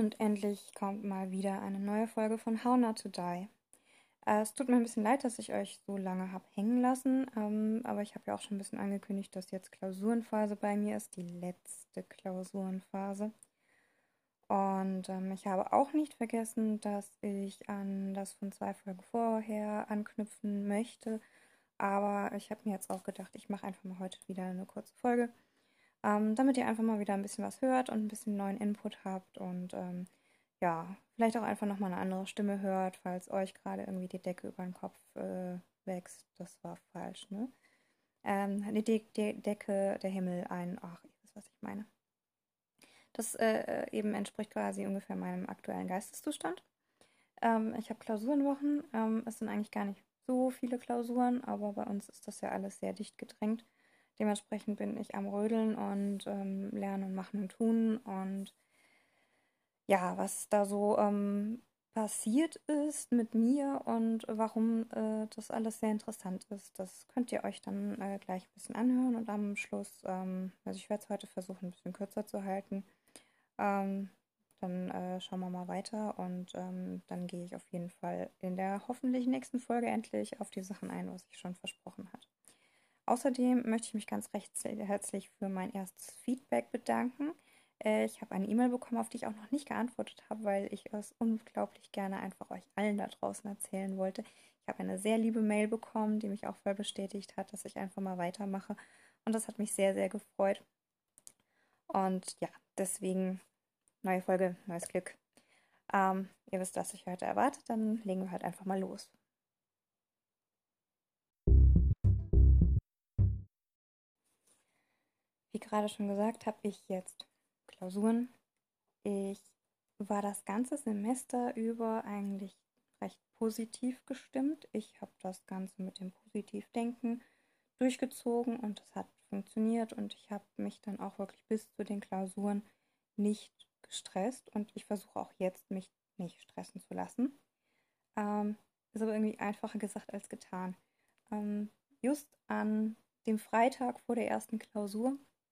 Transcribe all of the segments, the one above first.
Und endlich kommt mal wieder eine neue Folge von How Not to Die. Es tut mir ein bisschen leid, dass ich euch so lange habe hängen lassen, aber ich habe ja auch schon ein bisschen angekündigt, dass jetzt Klausurenphase bei mir ist, die letzte Klausurenphase. Und ich habe auch nicht vergessen, dass ich an das von 2 Folgen vorher anknüpfen möchte. Aber ich habe mir jetzt auch gedacht, ich mache einfach mal heute wieder eine kurze Folge, damit ihr einfach mal wieder ein bisschen was hört und ein bisschen neuen Input habt und ja, vielleicht auch einfach nochmal eine andere Stimme hört, falls euch gerade irgendwie die Decke über den Kopf wächst. Das war falsch, ne? Die Decke, der Himmel, ach, ihr wisst, was ich meine. Das eben entspricht quasi ungefähr meinem aktuellen Geisteszustand. Ich habe Klausurenwochen. Es sind eigentlich gar nicht so viele Klausuren, aber bei uns ist das ja alles sehr dicht gedrängt. Dementsprechend bin ich am Rödeln und lernen und machen und tun. Und ja, was da so passiert ist mit mir und warum das alles sehr interessant ist, das könnt ihr euch dann gleich ein bisschen anhören. Und am Schluss, also ich werde es heute versuchen, ein bisschen kürzer zu halten. Ähm, Dann schauen wir mal weiter und dann gehe ich auf jeden Fall in der hoffentlich nächsten Folge endlich auf die Sachen ein, was ich schon versprochen hatte. Außerdem möchte ich mich ganz recht herzlich für mein erstes Feedback bedanken. Ich habe eine E-Mail bekommen, auf die ich auch noch nicht geantwortet habe, weil ich es unglaublich gerne einfach euch allen da draußen erzählen wollte. Ich habe eine sehr liebe Mail bekommen, die mich auch voll bestätigt hat, dass ich einfach mal weitermache. Und das hat mich sehr, sehr gefreut. Und ja, deswegen neue Folge, neues Glück. Ihr wisst, was euch heute erwartet, dann legen wir halt einfach mal los. Wie gerade schon gesagt, habe ich jetzt Klausuren. Ich war das ganze Semester über eigentlich recht positiv gestimmt. Ich habe das Ganze mit dem Positivdenken durchgezogen und es hat funktioniert und ich habe mich dann auch wirklich bis zu den Klausuren nicht gestresst und ich versuche auch jetzt, mich nicht stressen zu lassen. Ähm, Ist aber irgendwie einfacher gesagt als getan. Just an dem Freitag vor der ersten Klausur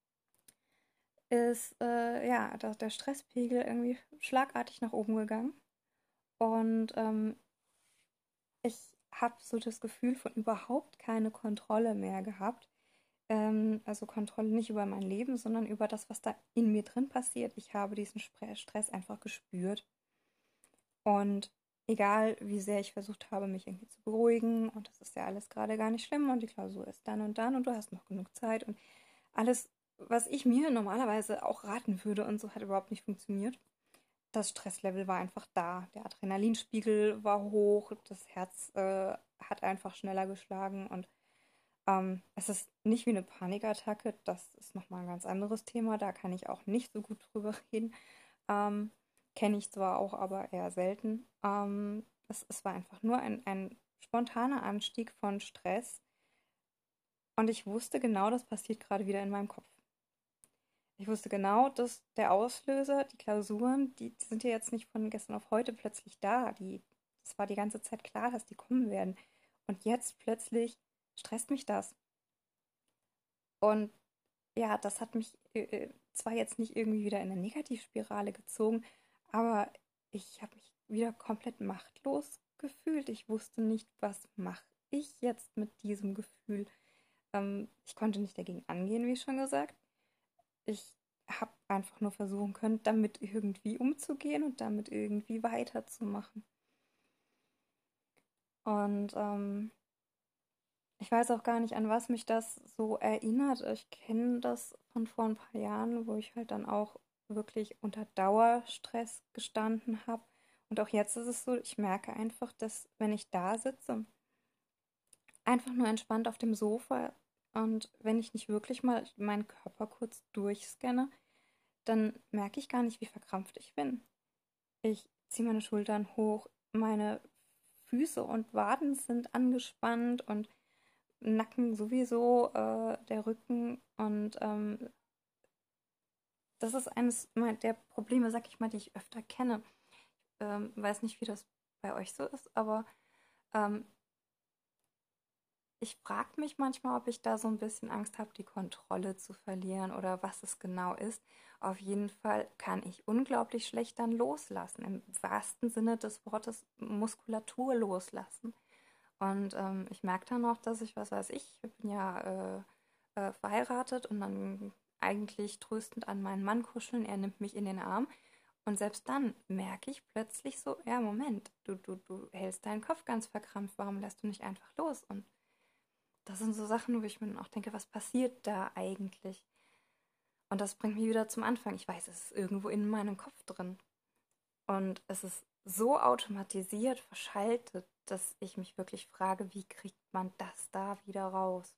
ist ja der Stresspegel irgendwie schlagartig nach oben gegangen. Und ich habe so das Gefühl von überhaupt keine Kontrolle mehr gehabt. Also Kontrolle nicht über mein Leben, sondern über das, was da in mir drin passiert. Ich habe diesen Stress einfach gespürt. Und egal, wie sehr ich versucht habe, mich irgendwie zu beruhigen, und das ist ja alles gerade gar nicht schlimm und die Klausur ist dann und du hast noch genug Zeit und alles, was ich mir normalerweise auch raten würde und so, hat überhaupt nicht funktioniert. Das Stresslevel war einfach da. Der Adrenalinspiegel war hoch, das Herz hat einfach schneller geschlagen und es ist nicht wie eine Panikattacke, das ist nochmal ein ganz anderes Thema, da kann ich auch nicht so gut drüber reden. Ähm, Kenne ich zwar auch, aber eher selten. Es war einfach nur ein spontaner Anstieg von Stress und ich wusste genau, das passiert gerade wieder in meinem Kopf. Ich wusste genau, dass der Auslöser, die Klausuren, die sind ja jetzt nicht von gestern auf heute plötzlich da. Es war die ganze Zeit klar, dass die kommen werden. Und jetzt plötzlich stresst mich das. Und ja, das hat mich zwar jetzt nicht irgendwie wieder in eine Negativspirale gezogen, aber ich habe mich wieder komplett machtlos gefühlt. Ich wusste nicht, was mache ich jetzt mit diesem Gefühl. Ich konnte nicht dagegen angehen, wie schon gesagt. Ich habe einfach nur versuchen können, damit irgendwie umzugehen und damit irgendwie weiterzumachen. Und ich weiß auch gar nicht, an was mich das so erinnert. Ich kenne das von vor ein paar Jahren, wo ich halt dann auch wirklich unter Dauerstress gestanden habe. Und auch jetzt ist es so, ich merke einfach, dass wenn ich da sitze, einfach nur entspannt auf dem Sofa und wenn ich nicht wirklich mal meinen Körper kurz durchscanne, dann merke ich gar nicht, wie verkrampft ich bin. Ich ziehe meine Schultern hoch, meine Füße und Waden sind angespannt und Nacken sowieso, der Rücken. Und das ist eines der Probleme, sag ich mal, die ich öfter kenne. Weiß nicht, wie das bei euch so ist, aber ähm, ich frage mich manchmal, ob ich da so ein bisschen Angst habe, die Kontrolle zu verlieren oder was es genau ist. Auf jeden Fall kann ich unglaublich schlecht dann loslassen, im wahrsten Sinne des Wortes Muskulatur loslassen. Und ich merke dann auch, dass ich, was weiß ich bin ja verheiratet und dann eigentlich tröstend an meinen Mann kuscheln, er nimmt mich in den Arm. Und selbst dann merke ich plötzlich so, ja, Moment, du hältst deinen Kopf ganz verkrampft, warum lässt du nicht einfach los? Und das sind so Sachen, wo ich mir dann auch denke, was passiert da eigentlich? Und das bringt mich wieder zum Anfang. Ich weiß, es ist irgendwo in meinem Kopf drin. Und es ist so automatisiert, verschaltet, dass ich mich wirklich frage, wie kriegt man das da wieder raus?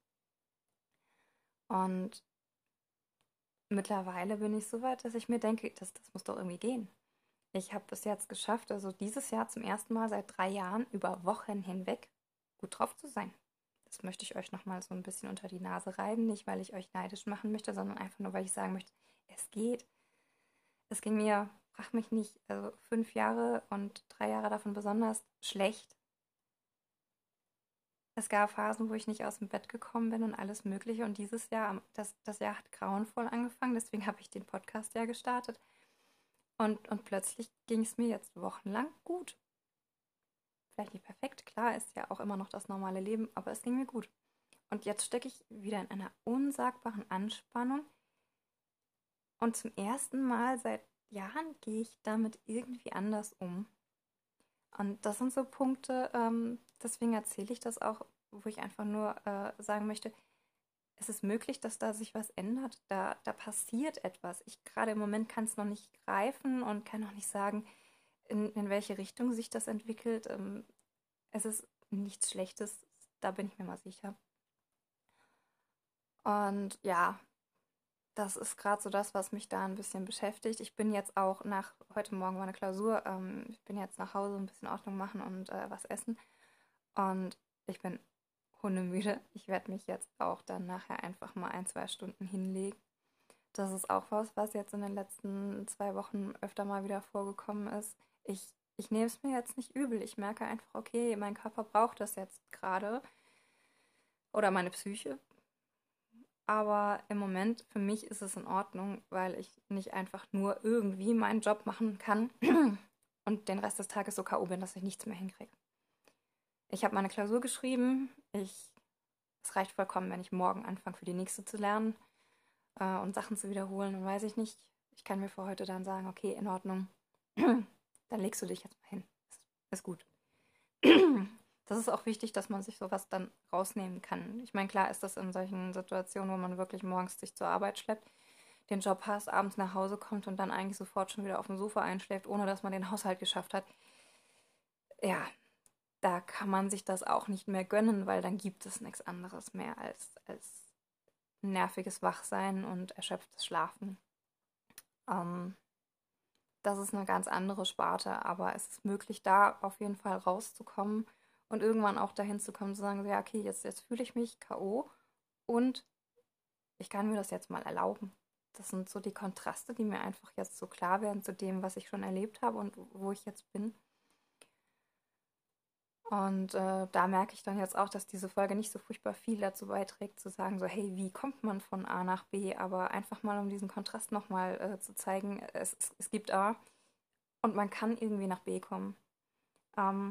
Und mittlerweile bin ich so weit, dass ich mir denke, das muss doch irgendwie gehen. Ich habe es jetzt geschafft, also dieses Jahr zum ersten Mal seit 3 Jahren über Wochen hinweg gut drauf zu sein. Das möchte ich euch nochmal so ein bisschen unter die Nase reiben. Nicht, weil ich euch neidisch machen möchte, sondern einfach nur, weil ich sagen möchte, es geht. Es ging mir, frag mich nicht, also 5 Jahre und 3 Jahre davon besonders schlecht. Es gab Phasen, wo ich nicht aus dem Bett gekommen bin und alles Mögliche. Und dieses Jahr, das Jahr hat grauenvoll angefangen, deswegen habe ich den Podcast ja gestartet. Und plötzlich ging es mir jetzt wochenlang gut. Vielleicht nicht perfekt, klar, ist ja auch immer noch das normale Leben, aber es ging mir gut. Und jetzt stecke ich wieder in einer unsagbaren Anspannung. Und zum ersten Mal seit Jahren gehe ich damit irgendwie anders um. Und das sind so Punkte, deswegen erzähle ich das auch, wo ich einfach nur sagen möchte, es ist möglich, dass da sich was ändert. Da passiert etwas. Ich gerade im Moment kann es noch nicht greifen und kann noch nicht sagen, in welche Richtung sich das entwickelt. Es ist nichts Schlechtes, da bin ich mir mal sicher. Und ja, das ist gerade so das, was mich da ein bisschen beschäftigt. Ich bin jetzt auch heute Morgen war eine Klausur, ich bin jetzt nach Hause ein bisschen Ordnung machen und was essen. Und ich bin hundemüde. Ich werde mich jetzt auch dann nachher einfach mal 1, 2 Stunden hinlegen. Das ist auch was jetzt in den letzten 2 Wochen öfter mal wieder vorgekommen ist. Ich nehme es mir jetzt nicht übel. Ich merke einfach, okay, mein Körper braucht das jetzt gerade oder meine Psyche. Aber im Moment für mich ist es in Ordnung, weil ich nicht einfach nur irgendwie meinen Job machen kann und den Rest des Tages so K.O. bin, dass ich nichts mehr hinkriege. Ich habe meine Klausur geschrieben. Es reicht vollkommen, wenn ich morgen anfange, für die nächste zu lernen und Sachen zu wiederholen. Und weiß ich nicht, ich kann mir für heute dann sagen, okay, in Ordnung, dann legst du dich jetzt mal hin. Ist gut. Das ist auch wichtig, dass man sich sowas dann rausnehmen kann. Ich meine, klar ist das in solchen Situationen, wo man wirklich morgens sich zur Arbeit schleppt, den Job hasst, abends nach Hause kommt und dann eigentlich sofort schon wieder auf dem Sofa einschläft, ohne dass man den Haushalt geschafft hat. Ja, da kann man sich das auch nicht mehr gönnen, weil dann gibt es nichts anderes mehr als nerviges Wachsein und erschöpftes Schlafen. Ähm, Das ist eine ganz andere Sparte, aber es ist möglich, da auf jeden Fall rauszukommen und irgendwann auch dahin zu kommen, zu sagen, so, ja, okay, jetzt fühle ich mich K.O. und ich kann mir das jetzt mal erlauben. Das sind so die Kontraste, die mir einfach jetzt so klar werden zu dem, was ich schon erlebt habe und wo ich jetzt bin. Und da merke ich dann jetzt auch, dass diese Folge nicht so furchtbar viel dazu beiträgt, zu sagen, so, hey, wie kommt man von A nach B? Aber einfach mal, um diesen Kontrast nochmal zu zeigen, es gibt A und man kann irgendwie nach B kommen. Ähm,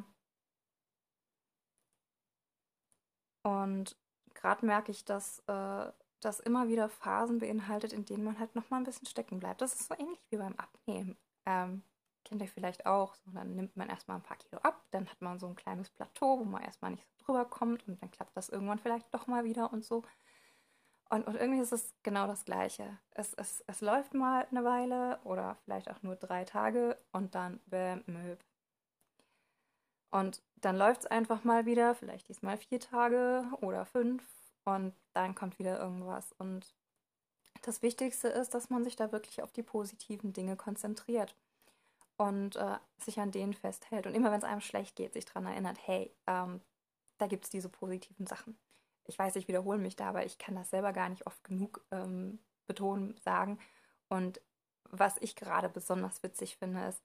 und gerade merke ich, dass das immer wieder Phasen beinhaltet, in denen man halt nochmal ein bisschen stecken bleibt. Das ist so ähnlich wie beim Abnehmen. Kennt ihr vielleicht auch. So, dann nimmt man erstmal ein paar Kilo ab, dann hat man so ein kleines Plateau, wo man erstmal nicht so drüber kommt und dann klappt das irgendwann vielleicht doch mal wieder und so. Und irgendwie ist es genau das Gleiche. Es läuft mal eine Weile oder vielleicht auch nur 3 Tage und dann bäm, möb. Und dann läuft es einfach mal wieder, vielleicht diesmal 4 Tage oder 5 und dann kommt wieder irgendwas. Und das Wichtigste ist, dass man sich da wirklich auf die positiven Dinge konzentriert und sich an denen festhält. Und immer wenn es einem schlecht geht, sich daran erinnert, hey, da gibt es diese positiven Sachen. Ich weiß, ich wiederhole mich da, aber ich kann das selber gar nicht oft genug betonen, sagen. Und was ich gerade besonders witzig finde, ist,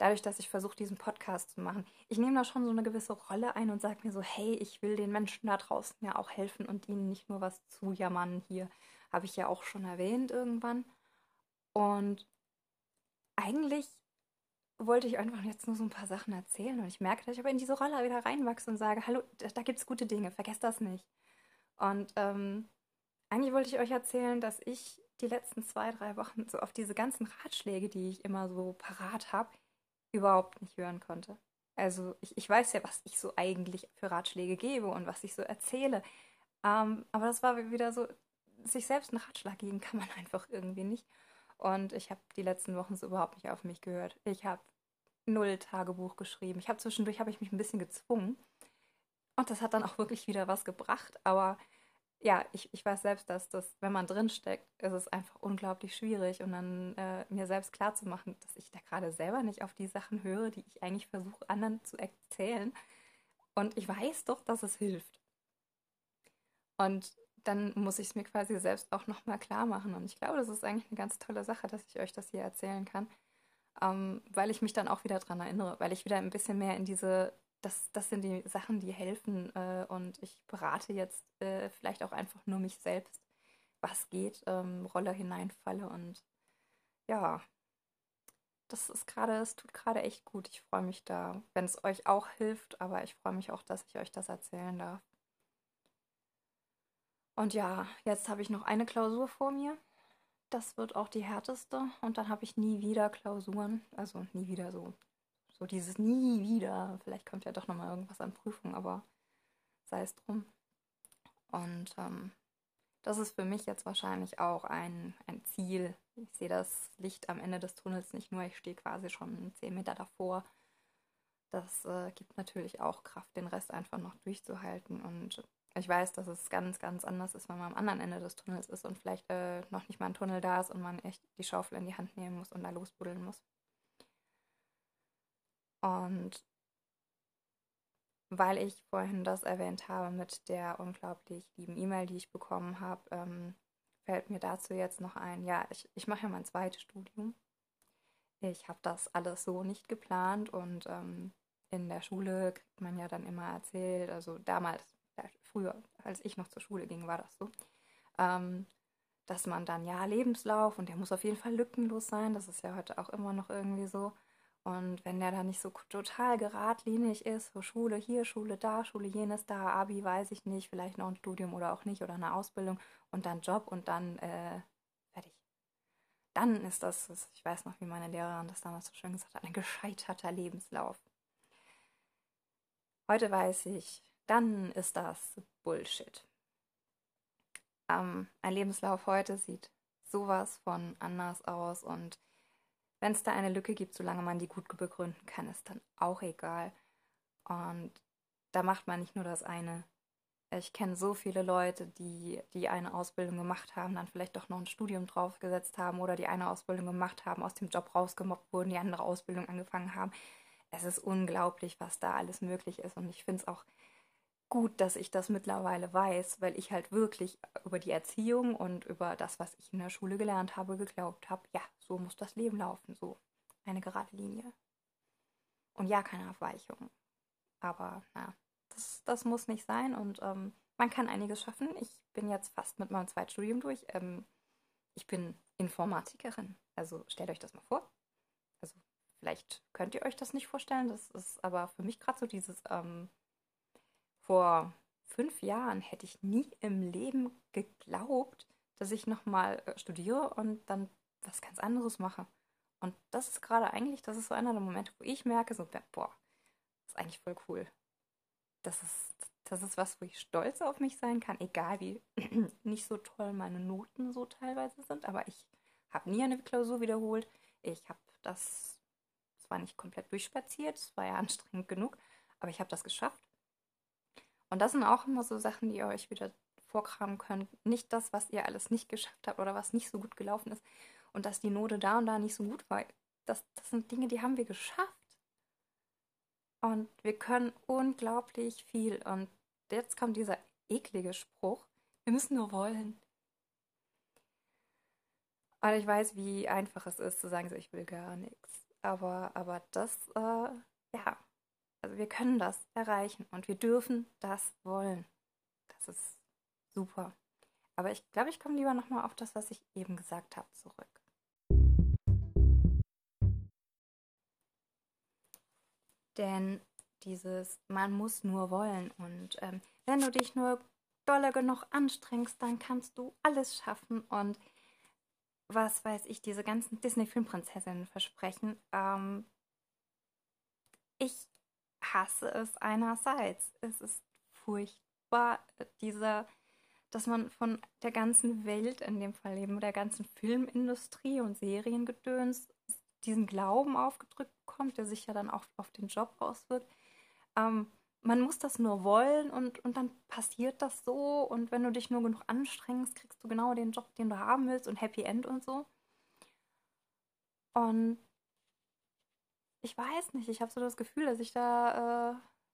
dadurch, dass ich versuche, diesen Podcast zu machen, ich nehme da schon so eine gewisse Rolle ein und sage mir so, hey, ich will den Menschen da draußen ja auch helfen und ihnen nicht nur was zujammern. Hier habe ich ja auch schon erwähnt irgendwann. Und eigentlich wollte ich einfach jetzt nur so ein paar Sachen erzählen und ich merke, dass ich aber in diese Rolle wieder reinwachse und sage, hallo, da gibt es gute Dinge, vergesst das nicht. Und eigentlich wollte ich euch erzählen, dass ich die letzten 2, 3 Wochen so auf diese ganzen Ratschläge, die ich immer so parat habe, überhaupt nicht hören konnte. Also ich weiß ja, was ich so eigentlich für Ratschläge gebe und was ich so erzähle. Aber das war wieder so, sich selbst einen Ratschlag geben kann man einfach irgendwie nicht. Und ich habe die letzten Wochen so überhaupt nicht auf mich gehört. Ich habe null Tagebuch geschrieben. Zwischendurch habe ich mich ein bisschen gezwungen. Und das hat dann auch wirklich wieder was gebracht. Aber ja, ich weiß selbst, dass das, wenn man drinsteckt, ist es einfach unglaublich schwierig. Und dann mir selbst klarzumachen, dass ich da gerade selber nicht auf die Sachen höre, die ich eigentlich versuche, anderen zu erzählen. Und ich weiß doch, dass es hilft. Und dann muss ich es mir quasi selbst auch nochmal klar machen. Und ich glaube, das ist eigentlich eine ganz tolle Sache, dass ich euch das hier erzählen kann, weil ich mich dann auch wieder dran erinnere, weil ich wieder ein bisschen mehr in das sind die Sachen, die helfen und ich berate jetzt vielleicht auch einfach nur mich selbst, was geht, Rolle hineinfalle und ja, es tut gerade echt gut. Ich freue mich da, wenn es euch auch hilft, aber ich freue mich auch, dass ich euch das erzählen darf. Und ja, jetzt habe ich noch eine Klausur vor mir. Das wird auch die härteste und dann habe ich nie wieder Klausuren, also nie wieder so dieses nie wieder. Vielleicht kommt ja doch nochmal irgendwas an Prüfung, aber sei es drum. Und das ist für mich jetzt wahrscheinlich auch ein Ziel. Ich sehe das Licht am Ende des Tunnels nicht nur, ich stehe quasi schon 10 Meter davor. Das gibt natürlich auch Kraft, den Rest einfach noch durchzuhalten. Und ich weiß, dass es ganz, ganz anders ist, wenn man am anderen Ende des Tunnels ist und vielleicht noch nicht mal ein Tunnel da ist und man echt die Schaufel in die Hand nehmen muss und da losbuddeln muss. Und weil ich vorhin das erwähnt habe mit der unglaublich lieben E-Mail, die ich bekommen habe, fällt mir dazu jetzt noch ein, ja, ich mache ja mein zweites Studium. Ich habe das alles so nicht geplant und in der Schule kriegt man ja dann immer erzählt, also damals, früher, als ich noch zur Schule ging, war das so, ähm, dass man dann ja Lebenslauf und der muss auf jeden Fall lückenlos sein, das ist ja heute auch immer noch irgendwie so. Und wenn der dann nicht so total geradlinig ist, so Schule hier, Schule da, Schule jenes da, Abi weiß ich nicht, vielleicht noch ein Studium oder auch nicht oder eine Ausbildung und dann Job und dann fertig. Dann ist ich weiß noch, wie meine Lehrerin das damals so schön gesagt hat, ein gescheiterter Lebenslauf. Heute weiß ich, dann ist das Bullshit. Ein Lebenslauf heute sieht sowas von anders aus und wenn es da eine Lücke gibt, solange man die gut begründen kann, ist dann auch egal. Und da macht man nicht nur das eine. Ich kenne so viele Leute, die eine Ausbildung gemacht haben, dann vielleicht doch noch ein Studium draufgesetzt haben oder die eine Ausbildung gemacht haben, aus dem Job rausgemobbt wurden, die andere Ausbildung angefangen haben. Es ist unglaublich, was da alles möglich ist. Und ich finde es auch gut, dass ich das mittlerweile weiß, weil ich halt wirklich über die Erziehung und über das, was ich in der Schule gelernt habe, geglaubt habe, ja, so muss das Leben laufen, so eine gerade Linie. Und ja, keine Abweichung. Aber na, das muss nicht sein und man kann einiges schaffen. Ich bin jetzt fast mit meinem Zweitstudium durch. Ich bin Informatikerin. Also stellt euch das mal vor. Also vielleicht könnt ihr euch das nicht vorstellen. Das ist aber für mich gerade so dieses, vor 5 Jahren hätte ich nie im Leben geglaubt, dass ich nochmal studiere und dann was ganz anderes mache. Und das ist gerade eigentlich, das ist so einer der Momente, wo ich merke, so, boah, das ist eigentlich voll cool. Das ist was, wo ich stolz auf mich sein kann, egal wie nicht so toll meine Noten so teilweise sind, aber ich habe nie eine Klausur wiederholt. Ich habe das zwar nicht komplett durchspaziert, es war ja anstrengend genug, aber ich habe das geschafft. Und das sind auch immer so Sachen, die ihr euch wieder vorkramen könnt. Nicht das, was ihr alles nicht geschafft habt oder was nicht so gut gelaufen ist und dass die Note da und da nicht so gut war. Das sind Dinge, die haben wir geschafft. Und wir können unglaublich viel. Und jetzt kommt dieser eklige Spruch, wir müssen nur wollen. Und ich weiß, wie einfach es ist zu sagen, so ich will gar nichts. Aber das, ja, also wir können das erreichen und wir dürfen das wollen. Das ist super. Aber ich glaube, ich komme lieber nochmal auf das, was ich eben gesagt habe, zurück. Denn man muss nur wollen. Und wenn du dich nur dolle genug anstrengst, dann kannst du alles schaffen. Und was weiß ich, diese ganzen Disney-Filmprinzessinnen versprechen. Ich hasse es einerseits. Es ist furchtbar, dass man von der ganzen Welt, in dem Fall eben der ganzen Filmindustrie und Seriengedöns, diesen Glauben aufgedrückt bekommt, der sich ja dann auch auf den Job auswirkt. Ähm, Man muss das nur wollen und dann passiert das so und wenn du dich nur genug anstrengst, kriegst du genau den Job, den du haben willst und Happy End und so. Und ich weiß nicht, ich habe so das Gefühl, dass ich da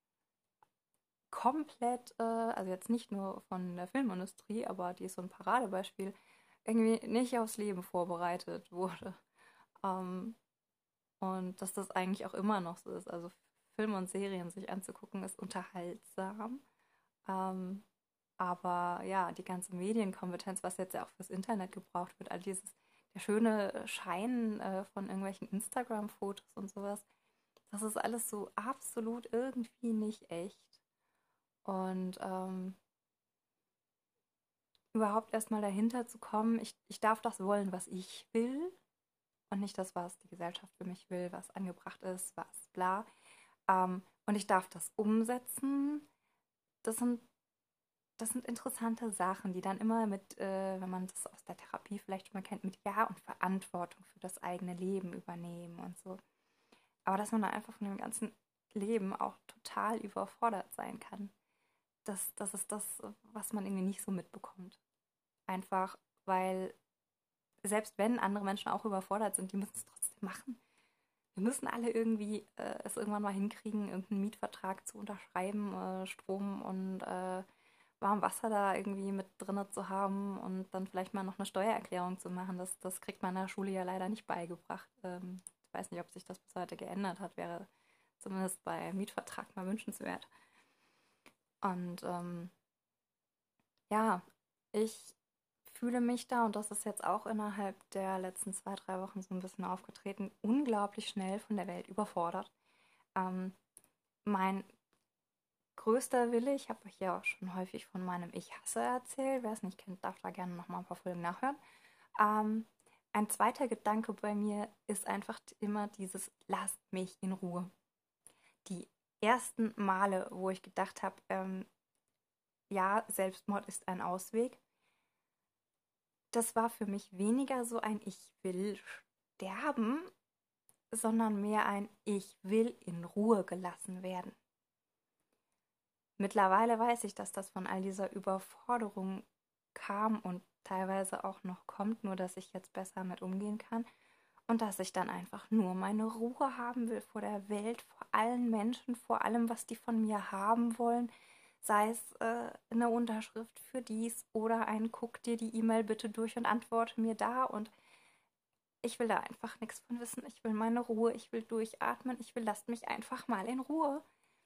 komplett, also jetzt nicht nur von der Filmindustrie, aber die ist so ein Paradebeispiel, irgendwie nicht aufs Leben vorbereitet wurde. Ähm, und dass das eigentlich auch immer noch so ist. Also Filme und Serien sich anzugucken, ist unterhaltsam. Ähm, aber ja, die ganze Medienkompetenz, was jetzt ja auch fürs Internet gebraucht wird, all der schöne Schein von irgendwelchen Instagram-Fotos und sowas, das ist alles so absolut irgendwie nicht echt. Und überhaupt erstmal dahinter zu kommen, ich darf das wollen, was ich will und nicht das, was die Gesellschaft für mich will, was angebracht ist, was bla. Und ich darf das umsetzen. Das sind, das sind interessante Sachen, die dann immer wenn man das aus der Therapie vielleicht schon mal kennt, mit Ja und Verantwortung für das eigene Leben übernehmen und so. Aber dass man da einfach von dem ganzen Leben auch total überfordert sein kann. Das ist das, was man irgendwie nicht so mitbekommt. Einfach, weil selbst wenn andere Menschen auch überfordert sind, die müssen es trotzdem machen. Wir müssen alle irgendwie es irgendwann mal hinkriegen, irgendeinen Mietvertrag zu unterschreiben, Strom und warm Wasser da irgendwie mit drin zu haben und dann vielleicht mal noch eine Steuererklärung zu machen. Das kriegt man in der Schule ja leider nicht beigebracht. Ich weiß nicht, ob sich das bis heute geändert hat, wäre zumindest bei Mietvertrag mal wünschenswert. Und ja, ich fühle mich da, und das ist jetzt auch innerhalb der letzten 2, 3 Wochen so ein bisschen aufgetreten, unglaublich schnell von der Welt überfordert. Ähm, Mein größter Wille, ich habe euch ja auch schon häufig von meinem Ich hasse erzählt, wer es nicht kennt, darf da gerne nochmal ein paar Folgen nachhören. Ähm, ein zweiter Gedanke bei mir ist einfach immer dieses Lasst mich in Ruhe. Die ersten Male, wo ich gedacht habe, ja, Selbstmord ist ein Ausweg, das war für mich weniger so ein Ich will sterben, sondern mehr ein Ich will in Ruhe gelassen werden. Mittlerweile weiß ich, dass das von all dieser Überforderung kam und teilweise auch noch kommt, nur dass ich jetzt besser mit umgehen kann und dass ich dann einfach nur meine Ruhe haben will vor der Welt, vor allen Menschen, vor allem, was die von mir haben wollen, sei es eine Unterschrift für dies oder ein Guck dir die E-Mail bitte durch und antworte mir da, und ich will da einfach nichts von wissen. Ich will meine Ruhe, ich will durchatmen, ich will, lasst mich einfach mal in Ruhe.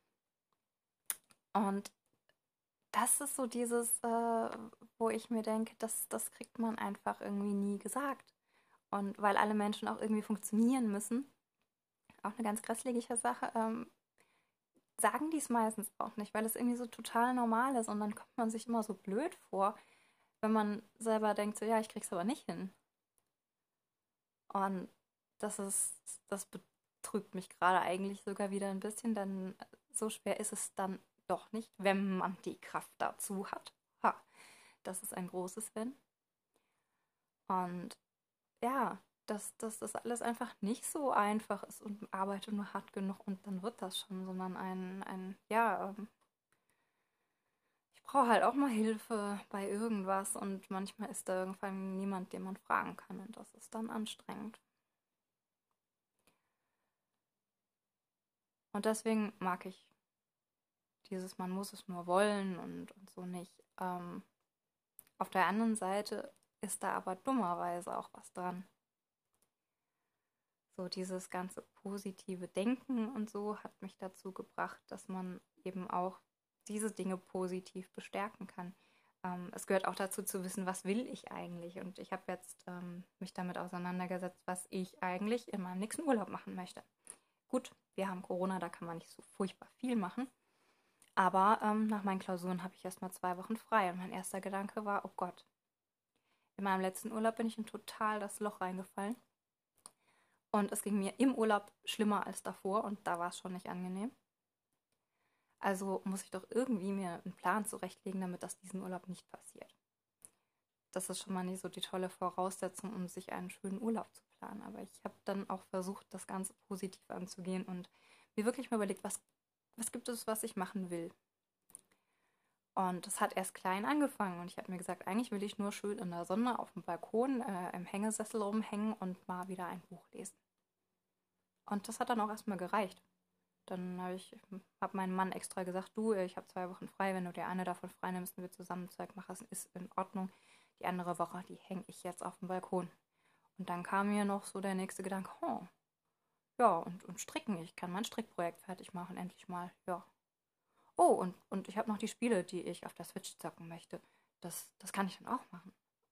Und das ist so wo ich mir denke, das kriegt man einfach irgendwie nie gesagt. Und weil alle Menschen auch irgendwie funktionieren müssen, auch eine ganz grässliche Sache, sagen die es meistens auch nicht, weil es irgendwie so total normal ist und dann kommt man sich immer so blöd vor, wenn man selber denkt, so ja, ich krieg's aber nicht hin. Und das betrübt mich gerade eigentlich sogar wieder ein bisschen, denn so schwer ist es dann doch nicht, wenn man die Kraft dazu hat. Ha, das ist ein großes Wenn. Und ja, dass das alles einfach nicht so einfach ist und arbeite nur hart genug und dann wird das schon, sondern ja, ich brauche halt auch mal Hilfe bei irgendwas und manchmal ist da irgendwann niemand, den man fragen kann, und das ist dann anstrengend. Und deswegen mag ich man muss es nur wollen und so nicht. Auf der anderen Seite ist da aber dummerweise auch was dran. So dieses ganze positive Denken und so hat mich dazu gebracht, dass man eben auch diese Dinge positiv bestärken kann. Es gehört auch dazu zu wissen, was will ich eigentlich? Und ich habe jetzt mich damit auseinandergesetzt, was ich eigentlich in meinem nächsten Urlaub machen möchte. Gut, wir haben Corona, da kann man nicht so furchtbar viel machen. Aber nach meinen Klausuren habe ich erstmal 2 Wochen frei. Und mein erster Gedanke war, oh Gott, in meinem letzten Urlaub bin ich in total das Loch reingefallen. Und es ging mir im Urlaub schlimmer als davor und da war es schon nicht angenehm. Also muss ich doch irgendwie mir einen Plan zurechtlegen, damit das diesen Urlaub nicht passiert. Das ist schon mal nicht so die tolle Voraussetzung, um sich einen schönen Urlaub zu planen. Aber ich habe dann auch versucht, das Ganze positiv anzugehen und mir wirklich mal überlegt, was gibt es, was ich machen will. Und das hat erst klein angefangen und ich habe mir gesagt, eigentlich will ich nur schön in der Sonne auf dem Balkon im Hängesessel rumhängen und mal wieder ein Buch lesen. Und das hat dann auch erstmal gereicht. Dann habe meinem Mann extra gesagt, du, ich habe 2 Wochen frei, wenn du dir eine davon frei nimmst und wir zusammen Zeug machen, ist in Ordnung. Die andere Woche, die hänge ich jetzt auf dem Balkon. Und dann kam mir noch so der nächste Gedanke, oh, ja, und stricken, ich kann mein Strickprojekt fertig machen, endlich mal, ja. Oh, und ich habe noch die Spiele, die ich auf der Switch zocken möchte. Das kann ich dann auch machen.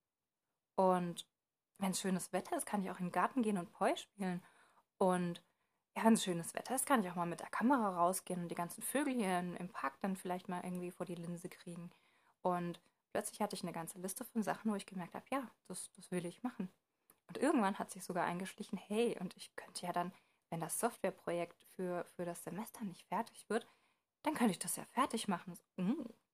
Und wenn es schönes Wetter ist, kann ich auch in den Garten gehen und Poi spielen. Und ja, wenn es schönes Wetter ist, kann ich auch mal mit der Kamera rausgehen und die ganzen Vögel hier im Park dann vielleicht mal irgendwie vor die Linse kriegen. Und plötzlich hatte ich eine ganze Liste von Sachen, wo ich gemerkt habe, ja, das will ich machen. Und irgendwann hat sich sogar eingeschlichen, hey, und ich könnte ja dann, wenn das Softwareprojekt für das Semester nicht fertig wird, dann könnte ich das ja fertig machen. So,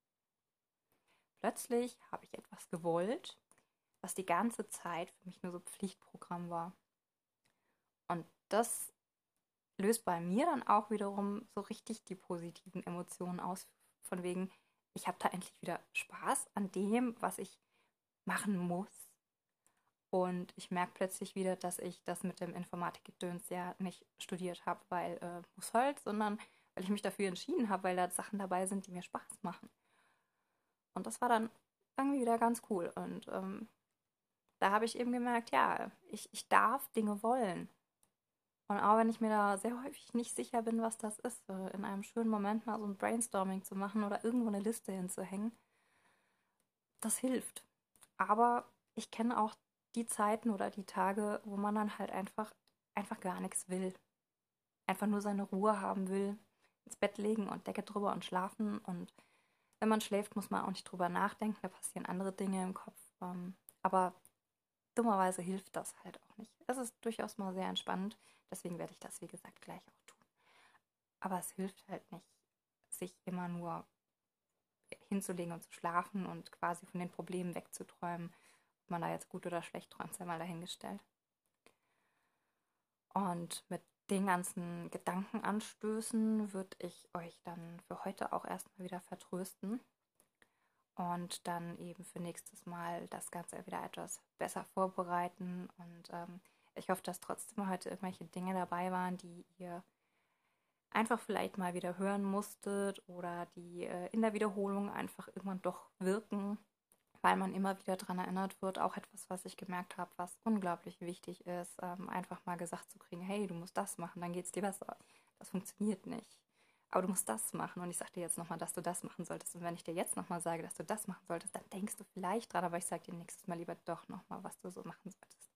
Plötzlich habe ich etwas gewollt, was die ganze Zeit für mich nur so Pflichtprogramm war. Und das löst bei mir dann auch wiederum so richtig die positiven Emotionen aus. Von wegen, ich habe da endlich wieder Spaß an dem, was ich machen muss. Und ich merke plötzlich wieder, dass ich das mit dem Informatikgedöns ja nicht studiert habe, weil muss halt, sondern weil ich mich dafür entschieden habe, weil da Sachen dabei sind, die mir Spaß machen. Und das war dann irgendwie wieder ganz cool. Und da habe ich eben gemerkt, ja, ich darf Dinge wollen. Und auch wenn ich mir da sehr häufig nicht sicher bin, was das ist, in einem schönen Moment mal so ein Brainstorming zu machen oder irgendwo eine Liste hinzuhängen, das hilft. Aber ich kenne auch die Zeiten oder die Tage, wo man dann halt einfach gar nichts will. Einfach nur seine Ruhe haben will, ins Bett legen und Decke drüber und schlafen. Und wenn man schläft, muss man auch nicht drüber nachdenken, da passieren andere Dinge im Kopf. Aber dummerweise hilft das halt auch nicht. Es ist durchaus mal sehr entspannend, deswegen werde ich das, wie gesagt, gleich auch tun. Aber es hilft halt nicht, sich immer nur hinzulegen und zu schlafen und quasi von den Problemen wegzuträumen. Ob man da jetzt gut oder schlecht träumt, sei mal dahingestellt. Und mit den ganzen Gedankenanstößen würde ich euch dann für heute auch erstmal wieder vertrösten und dann eben für nächstes Mal das Ganze wieder etwas besser vorbereiten. Und ich hoffe, dass trotzdem heute irgendwelche Dinge dabei waren, die ihr einfach vielleicht mal wieder hören musstet oder die in der Wiederholung einfach irgendwann doch wirken, weil man immer wieder daran erinnert wird. Auch etwas, was ich gemerkt habe, was unglaublich wichtig ist, einfach mal gesagt zu kriegen, hey, du musst das machen, dann geht es dir besser. Das funktioniert nicht. Aber du musst das machen und ich sage dir jetzt nochmal, dass du das machen solltest. Und wenn ich dir jetzt nochmal sage, dass du das machen solltest, dann denkst du vielleicht dran, aber ich sage dir nächstes Mal lieber doch nochmal, was du so machen solltest.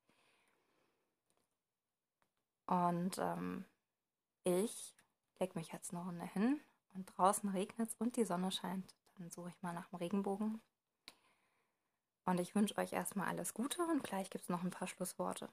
Und ich lege mich jetzt eine Runde hin und draußen regnet es und die Sonne scheint. Dann suche ich mal nach dem Regenbogen. Und ich wünsche euch erstmal alles Gute und gleich gibt es noch ein paar Schlussworte.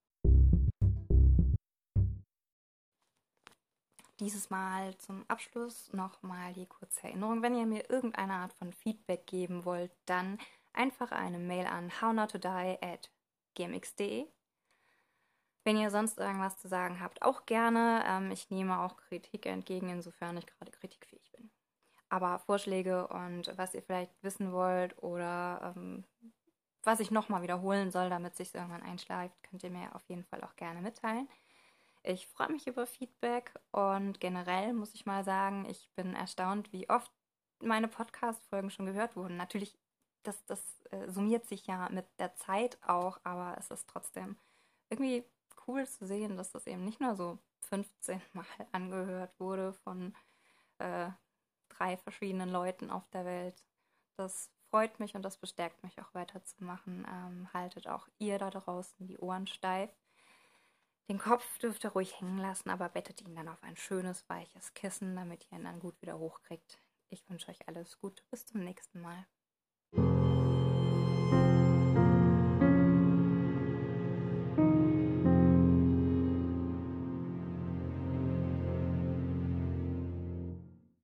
Dieses Mal zum Abschluss nochmal die kurze Erinnerung. Wenn ihr mir irgendeine Art von Feedback geben wollt, dann einfach eine Mail an hownotodie@gmx.de. Wenn ihr sonst irgendwas zu sagen habt, auch gerne. Ich nehme auch Kritik entgegen, insofern ich gerade kritikfähig bin. Aber Vorschläge und was ihr vielleicht wissen wollt oder was ich nochmal wiederholen soll, damit es sich irgendwann einschleift, könnt ihr mir auf jeden Fall auch gerne mitteilen. Ich freue mich über Feedback und generell muss ich mal sagen, ich bin erstaunt, wie oft meine Podcast-Folgen schon gehört wurden. Natürlich, das summiert sich ja mit der Zeit auch, aber es ist trotzdem irgendwie cool zu sehen, dass das eben nicht nur so 15 Mal angehört wurde von äh, 3 verschiedenen Leuten auf der Welt. Das freut mich und das bestärkt mich auch weiterzumachen. Haltet auch ihr da draußen die Ohren steif. Den Kopf dürft ihr ruhig hängen lassen, aber bettet ihn dann auf ein schönes, weiches Kissen, damit ihr ihn dann gut wieder hochkriegt. Ich wünsche euch alles Gute. Bis zum nächsten Mal.